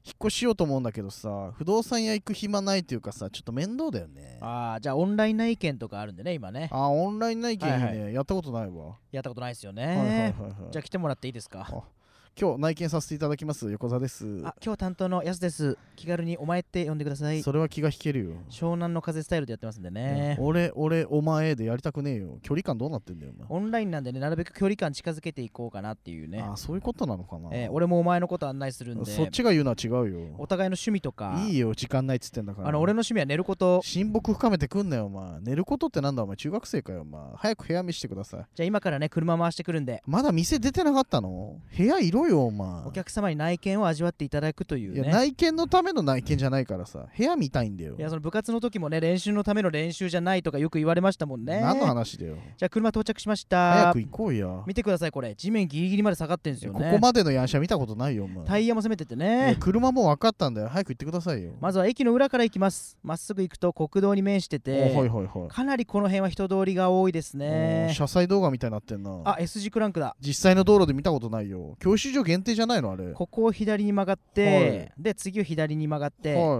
引っ越しようと思うんだけどさ、不動産屋行く暇ないっていうかさ、ちょっと面倒だよね。 じゃあオンライン内見とかあるんでね、今ね。 オンライン内見ね、 はいやったことないわ。 やったことないですよはいはいはいね。 はい。 じゃあ来てもらっていいですか。 今日内見させていただきます横澤です。 今日担当のやすです。気軽にお前って呼んでください。 それは気が引けるよ。 湘南の風スタイルでやってますんでね。 俺お前でやりたくねえよ。距離感どうなってんだよお前。 オンラインなんでね、なるべく距離感近づけていこうかなっていうね。 そういうことなのかな。 俺もお前のこと案内するんで、 そっちが言うのは違うよ。 お互いの趣味とか。 いいよ、時間ないっつってんだから。 俺の趣味は寝ること。 親睦深めてくんなよお前。寝ることってなんだお前、中学生かよお前。早く部屋見してください。 じゃあ今からね、車回してくるんで。 まだ店出てなかったの？部屋いろよお前。 お客様に内見を味わっていただくというね。 いや、内見のための内見じゃないからさ、部屋見たいんだよ。 いや、その部活の時もね、練習のための練習じゃないとかよく言われましたもんね。 何の話だよ。 じゃあ車到着しました。 早く行こうや。 見てください、これ地面ギリギリまで下がってんですよね。 ここまでのヤンシャ見たことないよお前。 タイヤも攻めててね。 車も分かったんだよ。早く行ってくださいよ。 まずは駅の裏から行きます。まっすぐ行くと国道に面してて、 はいはいはい、 かなりこの辺は人通りが多いですね。 車載動画みたいになってんな。 S 字クランクだ。 実際の道路で見たことないよ。教習所限定じゃないのあれ。 ここを左に曲がって、で次を左に曲がって、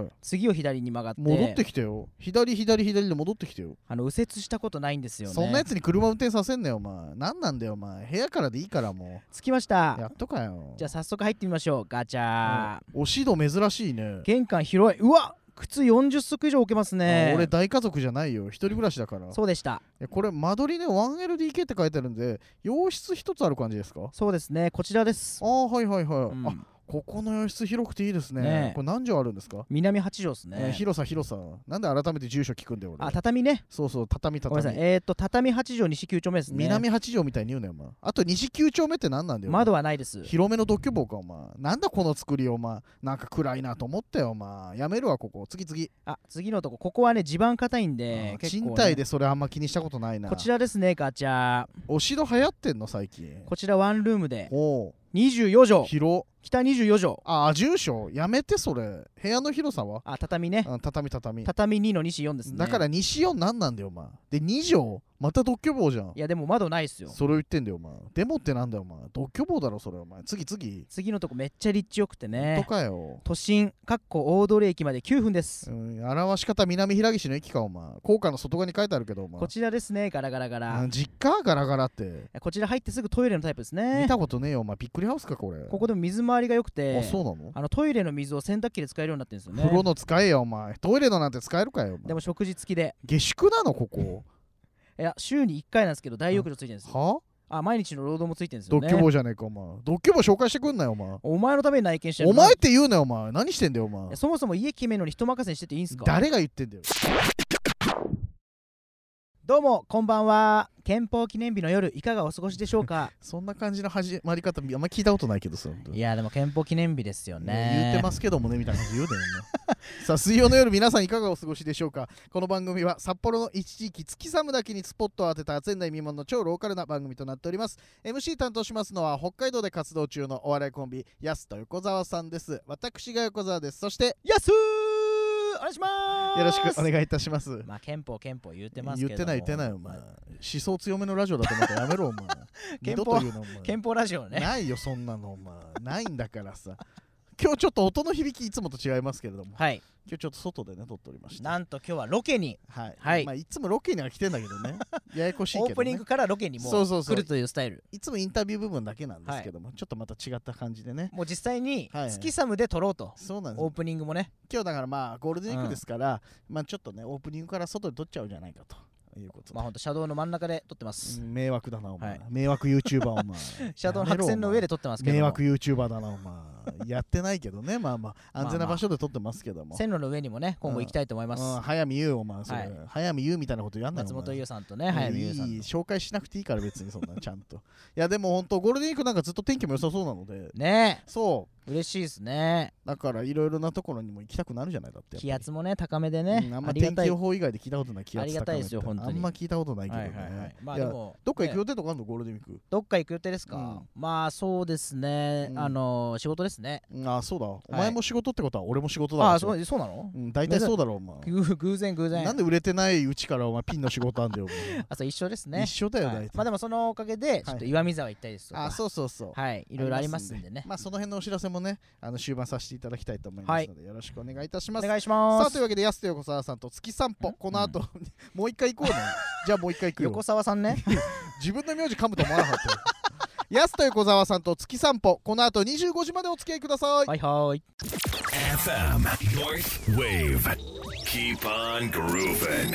次を左に曲がって戻ってきてよ。左で戻ってきてよ。 右折したことないんですよね。 そんなやつに車運転させんなよお前。何なんだよお前。部屋からでいいからもう。着きました。 やっとかよ。 じゃあ早速入ってみましょう。ガチャー。 おしど珍しいね。 玄関広い。うわ、靴40足以上置けますね。 俺大家族じゃないよ。一人暮らしだから。 そうでした。 これ間取りね 1LDK って書いてあるんで、洋室一つある感じですか？ そうですね、こちらです。 はいはいはい。ここの洋室広くていいですね。これ何畳あるんですか？ 南8畳ですね。 広さ。なんで改めて住所聞くんだよ俺。 畳ね。 そう畳。 ごめんなさい。畳8畳西9丁目ですね。 南8畳みたいに言うなよお前。あと西9丁目って何なんだよ。 窓はないです。 広めの独居房かお前。なんだこの作りお前。なんか暗いなと思ったよお前。やめるわここ。次。 次のとこ。ここはね地盤硬いんで、 賃貸でそれあんま気にしたことないな。 こちらですね、ガチャ。 お城流行ってんの最近。 こちらワンルームで 24 畳。 広。 北24畳。 住所やめてそれ。部屋の広さは畳ね。 畳 2の西4ですね。 だから西4なんなんだよお前。で2畳また独居房じゃん。 いやでも窓ないっすよ。 それを言ってんだよお前。でもってなんだよお前。独居房だろそれお前。次のとこめっちゃ立地よくてね。 とかよ。 都心大通駅まで9分です。 表し方南平岸の駅かお前。高架の外側に書いてあるけどお前。 こちらですね、ガラガラ。 実家ガラガラって。 こちら入ってすぐトイレのタイプですね。 見たことねえよお前。びっくりハウスかこれ。 ここでも水回りが良くて、 そうなの？ トイレの水を洗濯機で使えるようになってるんですよね。 風呂の使えよお前。トイレのなんて使えるかよお前。 でも食事付きで。 下宿なのここ？ いや週に1回なんですけど大浴場ついてるんですよ。毎日の労働もついてるんですよね。 独居房じゃねえかお前。独居房紹介してくんなよお前。 お前のために内見してる。 お前って言うなよお前。何してんだよお前。 そもそも家決めるのに人任せにしてていいんすか？ 誰が言ってんだよ。 どうもこんばんは。憲法記念日の夜いかがお過ごしでしょうか？ そんな感じの始まり方あんま聞いたことないけどさ。 いやでも憲法記念日ですよね。 言ってますけどもねみたいな感じ言うだよね。さあ水曜の夜皆さんいかがお過ごしでしょうか？この番組は札幌の一地域月寒だけにスポットを当てた前代未聞の超ローカルな番組となっております。 MC 担当しますのは北海道で活動中のお笑いコンビやすと横澤さんです。私が横澤です。そしてやすお願いします。 よろしくお願いいたします。 憲法言ってますけども。 言ってないお前。思想強めのラジオだと思ったらやめろお前。二度と言うのお前。 憲法ラジオね。 ないよそんなのお前。ないんだからさ。今日ちょっと音の響きいつもと違いますけれども、今日ちょっと外でね撮っておりまして、 なんと今日はロケに、 いつもロケには来てんだけどね。ややこしいけどね。 オープニングからロケにも来るというスタイル。 いつもインタビュー部分だけなんですけども、ちょっとまた違った感じでね。 もう実際に月寒で撮ろうと。 そうなんです。 オープニングもね。 今日だからゴールデンウィークですから、ちょっとねオープニングから外で撮っちゃうんじゃないかと。いうことほんと車道の真ん中で撮ってます。 迷惑だなお前。迷惑 YouTuber お前。 車道の白線の上で撮ってますけど。 迷惑 YouTuber だなお前。やってないけどね。安全な場所で撮ってますけども。 線路の上にもね今後行きたいと思います。 早見優お前それ。早見優みたいなことやんない。 松本伊代さんとね。早見優さん。 紹介しなくていいから別にそんなちゃんと。いやでもほんとゴールデンウィークなんかずっと天気も良さそうなので。 ね。 そう嬉しいですね。 だからいろいろなところにも行きたくなるじゃないだって。 気圧もね高めでね。 あんま天気予報以外で聞いたことない気圧高め。 ありがたいですよ本当に。 あんま聞いたことないけどね。 でもどっか行く予定とかあるのゴールデンウィーク？ どっか行く予定ですか？そうですね。仕事ですね。 そうだ。お前も仕事ってことは俺も仕事だ。 そうなの？ 大体そうだろお前。 偶然。 なんで売れてないうちからお前ピンの仕事あんだよ。 そう一緒ですね。 一緒だよ大体。 でもそのおかげでちょっと岩見沢行きたいですとか。 そう。 いろいろありますんでね。 その辺のお知らせももね終盤させていただきたいと思いますので、よろしくお願いいたします。 お願いします。 さあというわけで安と横澤さんと月散歩この後、もう一回行こうね。じゃあもう一回行くよ。 横澤さんね自分の名字噛むと思わなかったよ。安と横澤さんと月散歩この後25時までお付き合いください。 はいはい。 FM North Wave. Keep on grooving.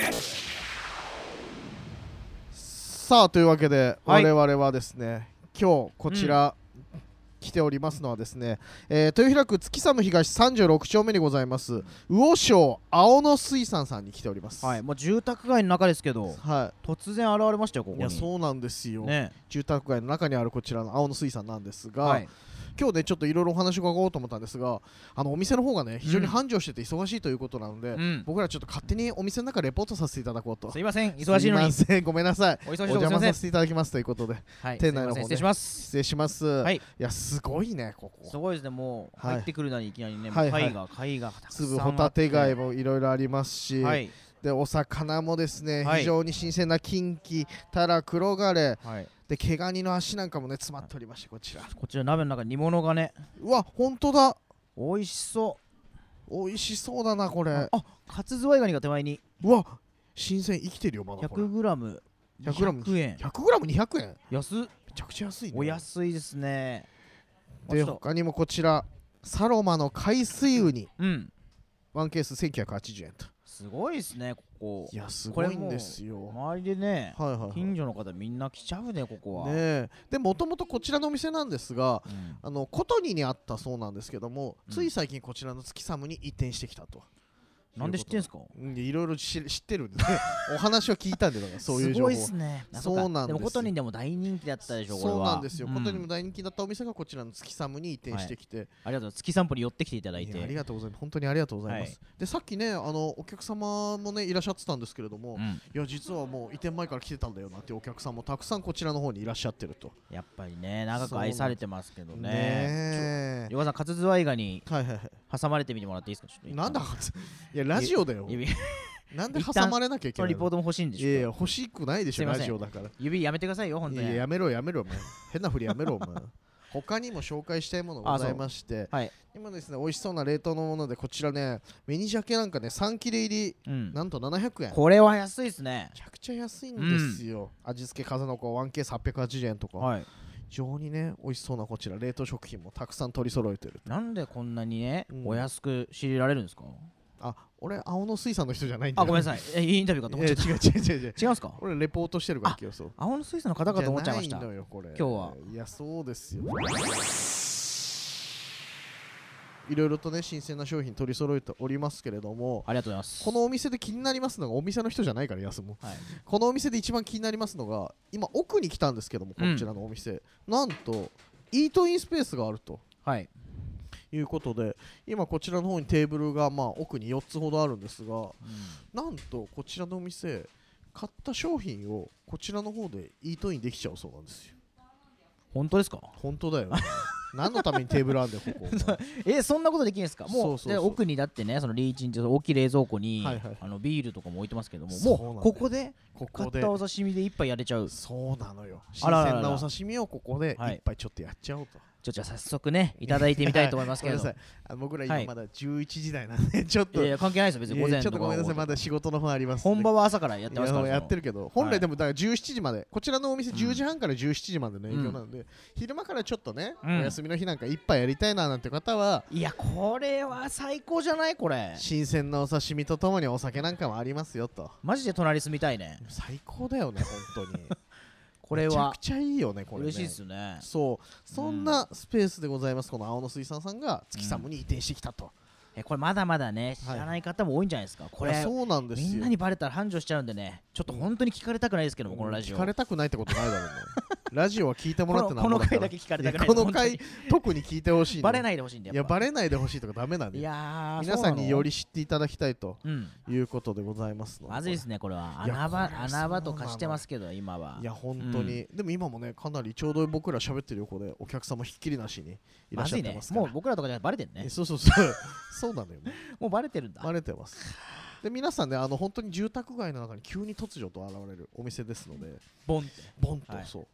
さあというわけで、 はい、 我々はですね今日こちら、来ておりますのはですね、豊平区月寒東36丁目にございます魚商青野水産さんに来ております。 はい、もう住宅街の中ですけど、 はい、 突然現れましたよここに。 いやそうなんですよ、 ね、 住宅街の中にあるこちらの青野水産なんですが、 はい、 今日ねちょっといろいろお話を伺おうと思ったんですが、お店の方がね非常に繁盛してて忙しいということなので、僕らちょっと勝手にお店の中レポートさせていただこうと。 すいません忙しいのに。 すいませんごめんなさい、 お忙しいとこお邪魔させていただきますということで、 はい、 店内の方ね失礼します。 失礼します。 はい、 いやすごいねここ。 すごいですね、もう入ってくるのにいきなりね、 はい、 貝がたくさん粒ホタテ貝もいろいろありますし、 はい、 でお魚もですね、 はい、非常に新鮮なキンキ、タラ、黒ガレ、 はい、 で毛ガニの足なんかもね詰まっておりまして、こちら鍋の中に煮物がね、 うわ本当だ、 美味しそう、 美味しそうだなこれ。 あ、カツズワイガニが手前に。 うわ新鮮、生きてるよまだこれ。 100g 200円。 100g200 円、 安っ、めちゃくちゃ安いね。 お安いですね。 で他にもこちらサロマの海水ウニ、ワンケース1980円と。 すごいですねここ。 いやすごいんですよ。 周りでね、 はいはいはい、 近所の方みんな来ちゃうねここは。 ねでもともとこちらのお店なんですが、コトニにあったそうなんですけども、つい最近こちらの月寒に移転してきたと。 なんで知ってんすか？ いろいろ知ってるんでねお話は聞いたんで、だからそういう情報。 すごいっすね。 そうなんです。 でもコトニでも大人気だったでしょ。 そうなんですよ、コトニも大人気だったお店がこちらの月寒に移転してきて、 ありがとうございます。月散歩に寄ってきていただいて、 ありがとうございます。本当にありがとうございます。でさっきねお客様もねいらっしゃってたんですけれども、いや実はもう移転前から来てたんだよなっていうお客さんもたくさんこちらの方にいらっしゃってると。 やっぱりね長く愛されてますけどね。 ねヨガさんカツズワイガニ挟まれてみてもらっていいですか？ちょっとなんだいやラジオだよ。なんで挟まれなきゃいけないの？ リポートも欲しいんでしょ。 いやいや欲しくないでしょ、ラジオだから。 指やめてくださいよ本当に。 いややめろお前変なふりやめろお前他にも紹介したいものございまして、今ですね美味しそうな冷凍のもので、こちらね紅鮭なんかね3切れ入り、なんと700円。 これは安いですね。 めちゃくちゃ安いんですよ。味付け数の子1ケース880円とか、非常にね美味しそうなこちら冷凍食品もたくさん取り揃えてる。 なんでこんなにねお安く仕入れられるんですか？ 俺青野水産の人じゃないんだよ。 ごめんなさい、インタビューかと思っちゃった。 違う違うんすか？ 俺レポートしてるから今日。そう青野水産の方かと思っちゃいました。 じゃないのよこれ。 今日は。 いやそうですよ。いろいろとね新鮮な商品取り揃えておりますけれども、 ありがとうございます。 このお店で気になりますのが、お店の人じゃないから安も、このお店で一番気になりますのが、今奥に来たんですけども、こちらのお店、なんとイートインスペースがあるということで、今こちらの方にテーブルが奥に4つほどあるんですが、なんとこちらのお店買った商品をこちらの方でイートインできちゃうそうなんですよ。 本当ですか？ 本当だよ何のためにテーブルあんだよここそんなことできるんですか？もう奥にだってね、そのリーチンって大きい冷蔵庫にビールとかも置いてますけども、もうここで買ったお刺身で一杯やれちゃう。 そうなのよ。新鮮なお刺身をここで一杯ちょっとやっちゃおうと。 じゃあ早速ねいただいてみたいと思いますけど。 僕ら今まだ11時台なんでちょっと。 いや関係ないですよ別に。午前ちょっとごめんなさい、まだ仕事の方あります。 本場は朝からやってますから。 やってるけど、本来でもだから17時まで、こちらのお店10時半から17時までの営業なので、昼間からちょっとねお休みの日なんか一杯やりたいななんて方は、 いやこれは最高じゃない？これ新鮮なお刺身とともにお酒なんかもありますよと。 マジで隣住みたいね。 最高だよね本当にこれはめちゃくちゃいいよねこれね。 嬉しいですよね。 そんなスペースでございます。この青野水産さんが月寒に移転してきたと。 これまだまだね知らない方も多いんじゃないですか。これそうなんですよ。 みんなにバレたら繁盛しちゃうんでね、ちょっと本当に聞かれたくないですけども、このラジオ聞かれたくないってことないだろうねラジオは聞いてもらってなんぼだから。 この回だけ聞かれたくない。 この回特に聞いてほしい。 バレないでほしいんで。 いやバレないでほしいとかダメなんで。皆さんにより知っていただきたいということでございますので。 まずいですねこれは。穴場とかしてますけど今は。 いや本当に。でも今もねかなりちょうど僕ら喋ってる横でお客様ひっきりなしにいらっしゃってますから。 もう僕らとかじゃバレてるね。 そうなのよね。 もうバレてるんだ。 バレてます。で皆さんね本当に住宅街の中に急に突如と現れるお店ですので、ボンとそう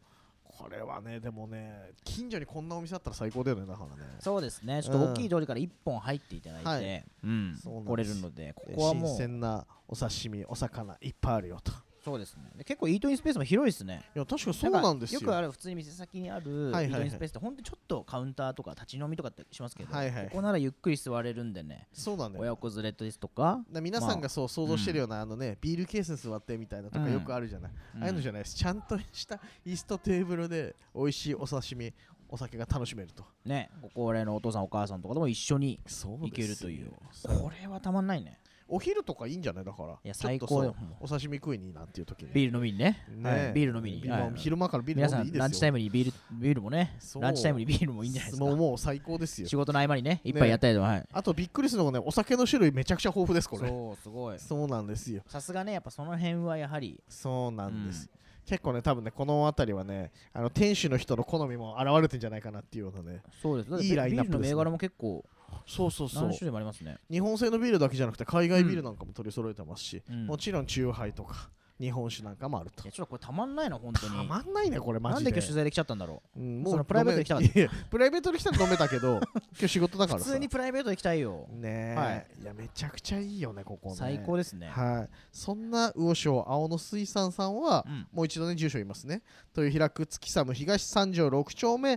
これはねでもね近所にこんなお店あったら最高だよね。だからねそうですね、ちょっと大きい通りから1本入っていただいて、はい、来れるので、ここはもう新鮮なお刺身お魚いっぱいあるよと。 そうですね。で結構イートインスペースも広いですね。 いや確かそうなんですよ。 よくある普通に店先にあるイートインスペースってほんとちょっとカウンターとか立ち飲みとかってしますけど、ここならゆっくり座れるんでね。 そうなんだよ。 親子連れですとか皆さんがそう想像してるようなビールケースに座ってみたいなとかよくあるじゃない。ああいうのじゃないです。ちゃんとした椅子とテーブルで美味しいお刺身お酒が楽しめるとね。ご高齢のお父さんお母さんとかでも一緒に行けるという。これはたまんないね。 お昼とかいいんじゃない。だからいや最高よ。 お刺身食いになんていう時にビール飲みにね、ビール飲みに昼間からビール飲んでいいですよ。 ランチタイムにビールもね、ランチタイムにビールもいいんじゃないですか。 もう最高ですよ。 仕事の合間にね一杯やったりとか。 あとびっくりするのがね、お酒の種類めちゃくちゃ豊富ですこれ。 そうすごい。 そうなんですよ。 さすがね、やっぱその辺はやはりそうなんです。結構ね多分ねこの辺りはね店主の人の好みも現れてんじゃないかなっていうようなね。 そうです。 いいラインナップですね。 ビールの銘柄も結構そう何種類もありますね。 日本製のビールだけじゃなくて海外ビールなんかも取り揃えてますし、もちろん酎ハイとか日本酒なんかもあると。 いやちょっとこれたまんないな本当に。 たまんないねこれマジで。 なんで今日取材できちゃったんだろう。 もうプライベートで来たかった。 プライベートで来たら飲めたけど今日仕事だからさ。 普通にプライベートで来たいよ。 ねえ。いやめちゃくちゃいいよねここね。 最高ですね。 はい。そんな魚庄青野水産さんはもう一度ね住所言いますね。豊平区月寒東三条6丁目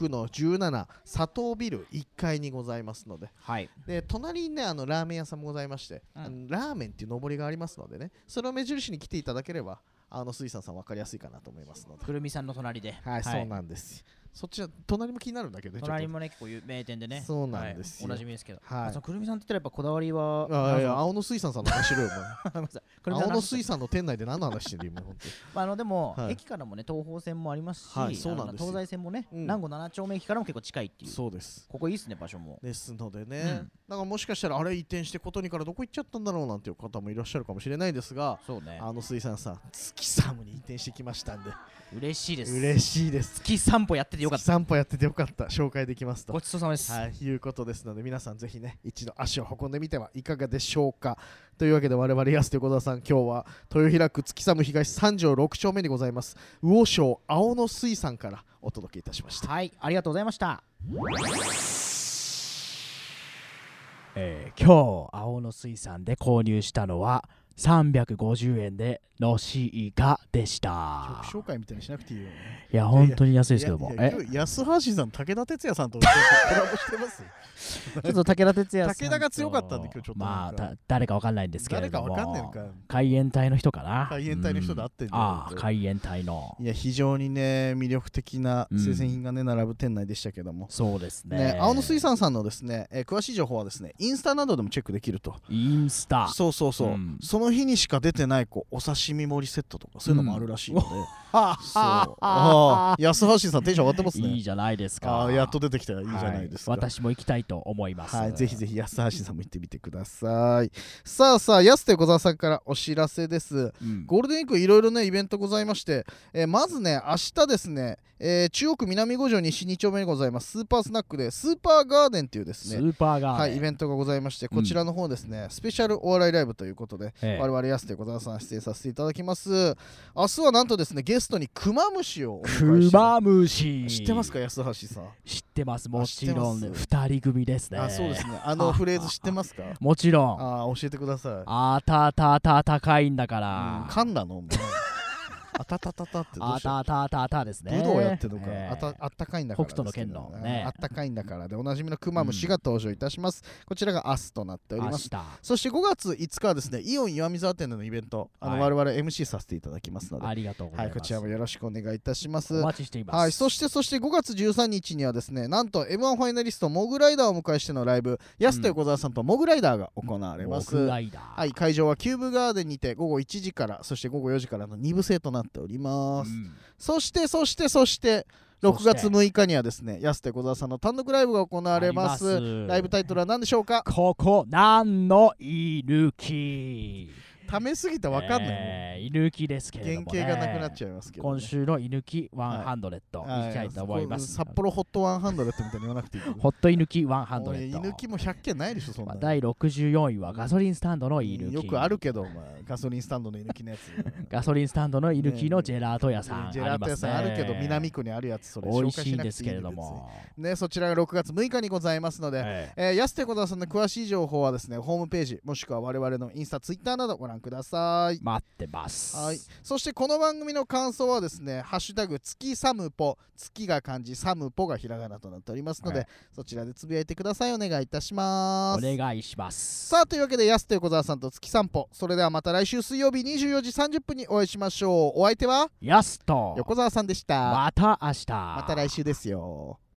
6-17佐藤ビル1階にございますので。 はい。 で隣にねラーメン屋さんもございまして、ラーメンっていう上りがありますのでね、それを目印に来ていただければ水産さん分かりやすいかなと思いますので。 くるみさんの隣で。 はい、そうなんです。そっちは隣も気になるんだけどね。 隣もね結構名店でね。 そうなんですよ。 おなじみですけど。 はい。 そのくるみさんって言ったらやっぱこだわりは。 青野水産さんの話しろよ。青野水産の店内で何の話してるよ本当に。でも駅からもね東方線もありますし、東西線もね南郷7丁目駅からも結構近いっていう。 そうです。 ここいいですね場所も。 ですのでね。だからもしかしたらあれ移転してことにからどこ行っちゃったんだろうなんていう方もいらっしゃるかもしれないですが、 そうね。 水産さん月寒に移転してきましたんで。 嬉しいです。 嬉しいです。 月散歩やっててよかった。 月散歩やっててよかった。紹介できますと。 ごちそうさまです。 はい、いうことですので皆さんぜひね一度足を運んでみてはいかがでしょうか。というわけで我々安手小田さん今日は豊平区月寒東三条6丁目にございます魚庄青野水産からお届けいたしました。 はい、ありがとうございました。今日青野水産で購入したのは350円でのしイカでした。 曲紹介みたいにしなくていいよね。 いや本当に安いですけども。 安橋さん武田鉄矢さんとコラボしてます。 ちょっと武田鉄矢さんと武田が強かったんで今日ちょっとまあ誰かわかんないんですけれども。 誰かわかんねえのか。 海援隊の人かな。 海援隊の人で会ってんじゃん。 ああ海援隊の。 いや非常にね魅力的な生鮮品がね並ぶ店内でしたけども。 そうですね。 青野水産さんのですね詳しい情報はですねインスタなどでもチェックできると。 インスタ。 そう。その日にしか出てないお刺身盛りセットとかそういうのもあるらしいので。安橋さんテンション上がってますね。 いいじゃないですか。 やっと出てきたよ。いいじゃないですか。 私も行きたいと思います。 はい、ぜひぜひ安橋さんも行ってみてください。さあ安手小沢さんからお知らせです。ゴールデンウィークいろいろねイベントございまして、まずね明日ですね、中央区南五条西2丁目にございますスーパースナックでスーパーガーデンというですねイベントがございまして、こちらの方ですね、スペシャルお笑いライブということで、我々安手小沢さん出演させていただきます。明日はなんとですねゲストにクマムシをお迎えして。 クマムシ知ってますか安橋さん。 知ってます。もちろん2人組ですね。 そうですね。フレーズ知ってますか。 もちろん。 教えてください。 あたたた高いんだから。 噛んだのあたたたたってどうしよう。 あたたたたですね。 武道やってるのか。あったかいんだから。 北斗の拳のね。 あったかいんだからでおなじみのクマムシが登場いたします。こちらが明日となっております。そして5月5日はですねイオン岩見沢店でのイベント我々 MC させていただきますので、 ありがとうございます。 こちらもよろしくお願いいたします。 お待ちしています。 はい。そして5月13日にはですねなんと M1 ファイナリストモグライダーをお迎えしてのライブ安手横澤さんとモグライダーが行われます。はい。会場はキューブガーデンにて午後1時からそして午後4時からの2部制となっております。そして6月6日にはですね安手小沢さんの単独ライブが行われます。ライブタイトルは何でしょうか。 ここなんのいるき。 ためすぎて分かんない。 居抜きですけれども、 原型がなくなっちゃいますけど、 今週の居抜き100、いきたいと思います。 札幌ホット100みたいに言わなくていい。 ホット居抜き100。 居抜きも100件ないでしょ、そんな。 第64位はガソリンスタンドの居抜き。 よくあるけど、ガソリンスタンドの居抜きのやつ。 ガソリンスタンドの居抜きのジェラート屋さん。 ジェラート屋さんあるけど、南区にあるやつ、それ美味しいんですけれども。 ね、そちらが6月6日にございますので、安手小沢さんの詳しい情報はですね、ホームページ、もしくは我々のインスタ、ツイッターなどご覧ください。 待ってます。 はい。そしてこの番組の感想はですね、ハッシュタグ月サムポ、月が漢字、サムポがひらがなとなっておりますので、そちらでつぶやいてください。お願いいたします。 お願いします。 さあ、というわけで安手小沢さんと月散歩、それではまた来週水曜日24時30分にお会いしましょう。お相手は安と横澤さんでした。 また明日。 また来週ですよ。